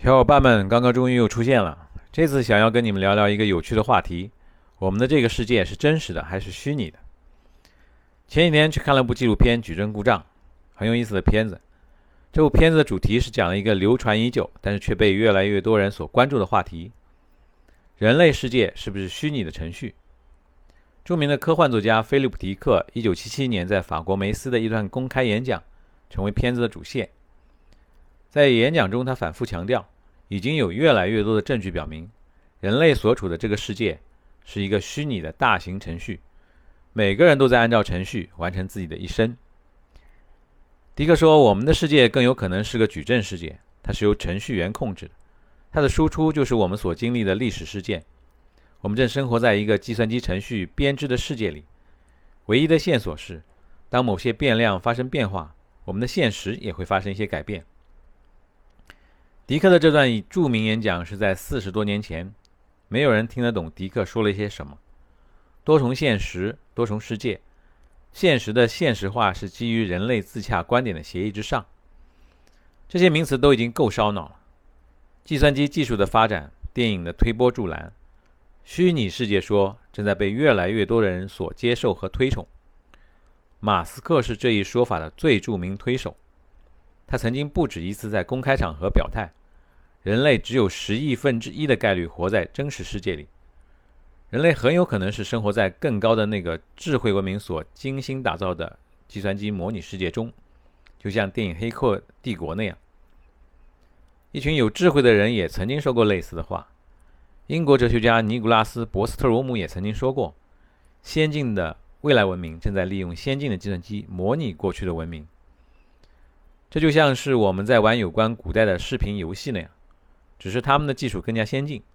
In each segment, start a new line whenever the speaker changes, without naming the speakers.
小伙伴们，刚刚终于又出现了。这次想要跟你们聊聊一个有趣的话题：我们的这个世界是真实的还是虚拟的？前几天去看了部纪录片《矩阵故障》，很有意思的片子。这部片子的主题是讲了一个流传已久，但是却被越来越多人所关注的话题：人类世界是不是虚拟的程序？著名的科幻作家菲利普·迪克1977年在法国梅斯的一段公开演讲，成为片子的主线。在演讲中，他反复强调，已经有越来越多的证据表明，人类所处的这个世界是一个虚拟的大型程序，每个人都在按照程序完成自己的一生。迪克说，我们的世界更有可能是个矩阵世界，它是由程序员控制的，它的输出就是我们所经历的历史事件。我们正生活在一个计算机程序编织的世界里，唯一的线索是，当某些变量发生变化，我们的现实也会发生一些改变。迪克的这段著名演讲是在40多年前，没有人听得懂迪克说了一些什么。多重现实、多重世界，现实的现实化是基于人类自洽观点的协议之上。这些名词都已经够烧脑了。计算机技术的发展，电影的推波助澜，虚拟世界说正在被越来越多的人所接受和推崇。马斯克是这一说法的最著名推手。他曾经不止一次在公开场合表态，人类只有10亿分之一的概率活在真实世界里，人类很有可能是生活在更高的那个智慧文明所精心打造的计算机模拟世界中，就像电影《黑客帝国》那样。一群有智慧的人也曾经说过类似的话。英国哲学家尼古拉斯·博斯特罗姆也曾经说过，先进的未来文明正在利用先进的计算机模拟过去的文明。这就像是我们在玩有关古代的视频游戏那样，只是他们的技术更加先进。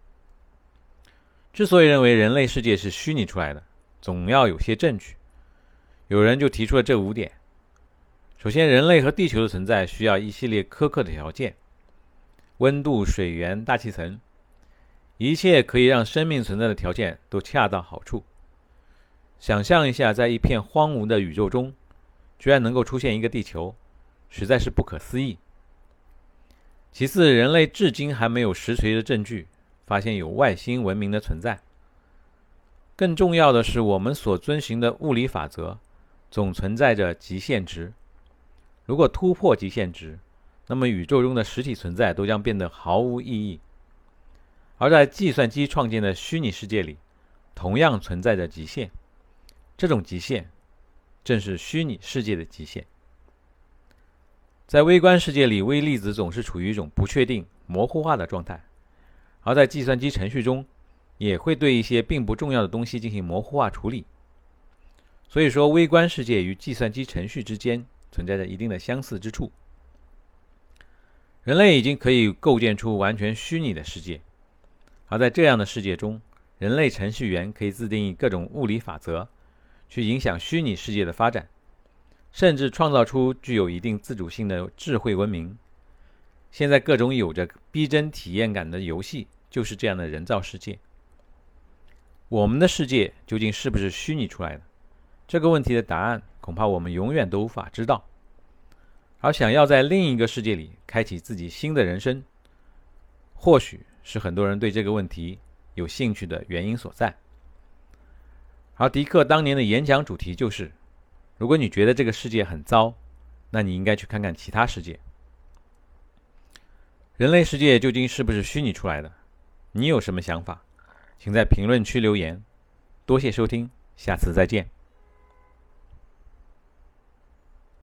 之所以认为人类世界是虚拟出来的，总要有些证据。有人就提出了这5点。首先，人类和地球的存在需要一系列苛刻的条件：温度、水源、大气层，一切可以让生命存在的条件都恰到好处。想象一下，在一片荒芜的宇宙中，居然能够出现一个地球，实在是不可思议。其次，人类至今还没有实锤的证据发现有外星文明的存在。更重要的是，我们所遵循的物理法则总存在着极限值。如果突破极限值，那么宇宙中的实体存在都将变得毫无意义。而在计算机创建的虚拟世界里，同样存在着极限。这种极限正是虚拟世界的极限。在微观世界里，微粒子总是处于一种不确定、模糊化的状态，而在计算机程序中，也会对一些并不重要的东西进行模糊化处理。所以说，微观世界与计算机程序之间存在着一定的相似之处。人类已经可以构建出完全虚拟的世界，而在这样的世界中，人类程序员可以自定义各种物理法则，去影响虚拟世界的发展，甚至创造出具有一定自主性的智慧文明。现在各种有着逼真体验感的游戏就是这样的人造世界。我们的世界究竟是不是虚拟出来的？这个问题的答案恐怕我们永远都无法知道。而想要在另一个世界里开启自己新的人生，或许是很多人对这个问题有兴趣的原因所在。而迪克当年的演讲主题就是，如果你觉得这个世界很糟，那你应该去看看其他世界。人类世界究竟是不是虚拟出来的？你有什么想法？请在评论区留言。多谢收听，下次再见。